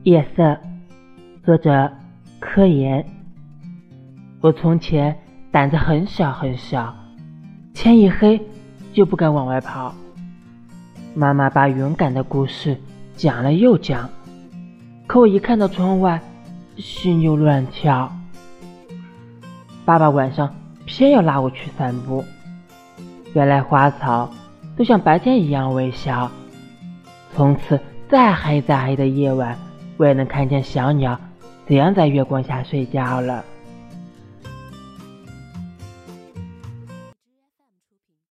夜色，作者柯岩。我从前胆子很小很小，天一黑就不敢往外跑。妈妈把勇敢的故事讲了又讲，可我一看到窗外，心就乱跳。爸爸晚上偏要拉我去散步，原来花草都像白天一样微笑。从此再黑再黑的夜晚，我也能看见小鸟怎样在月光下睡觉了。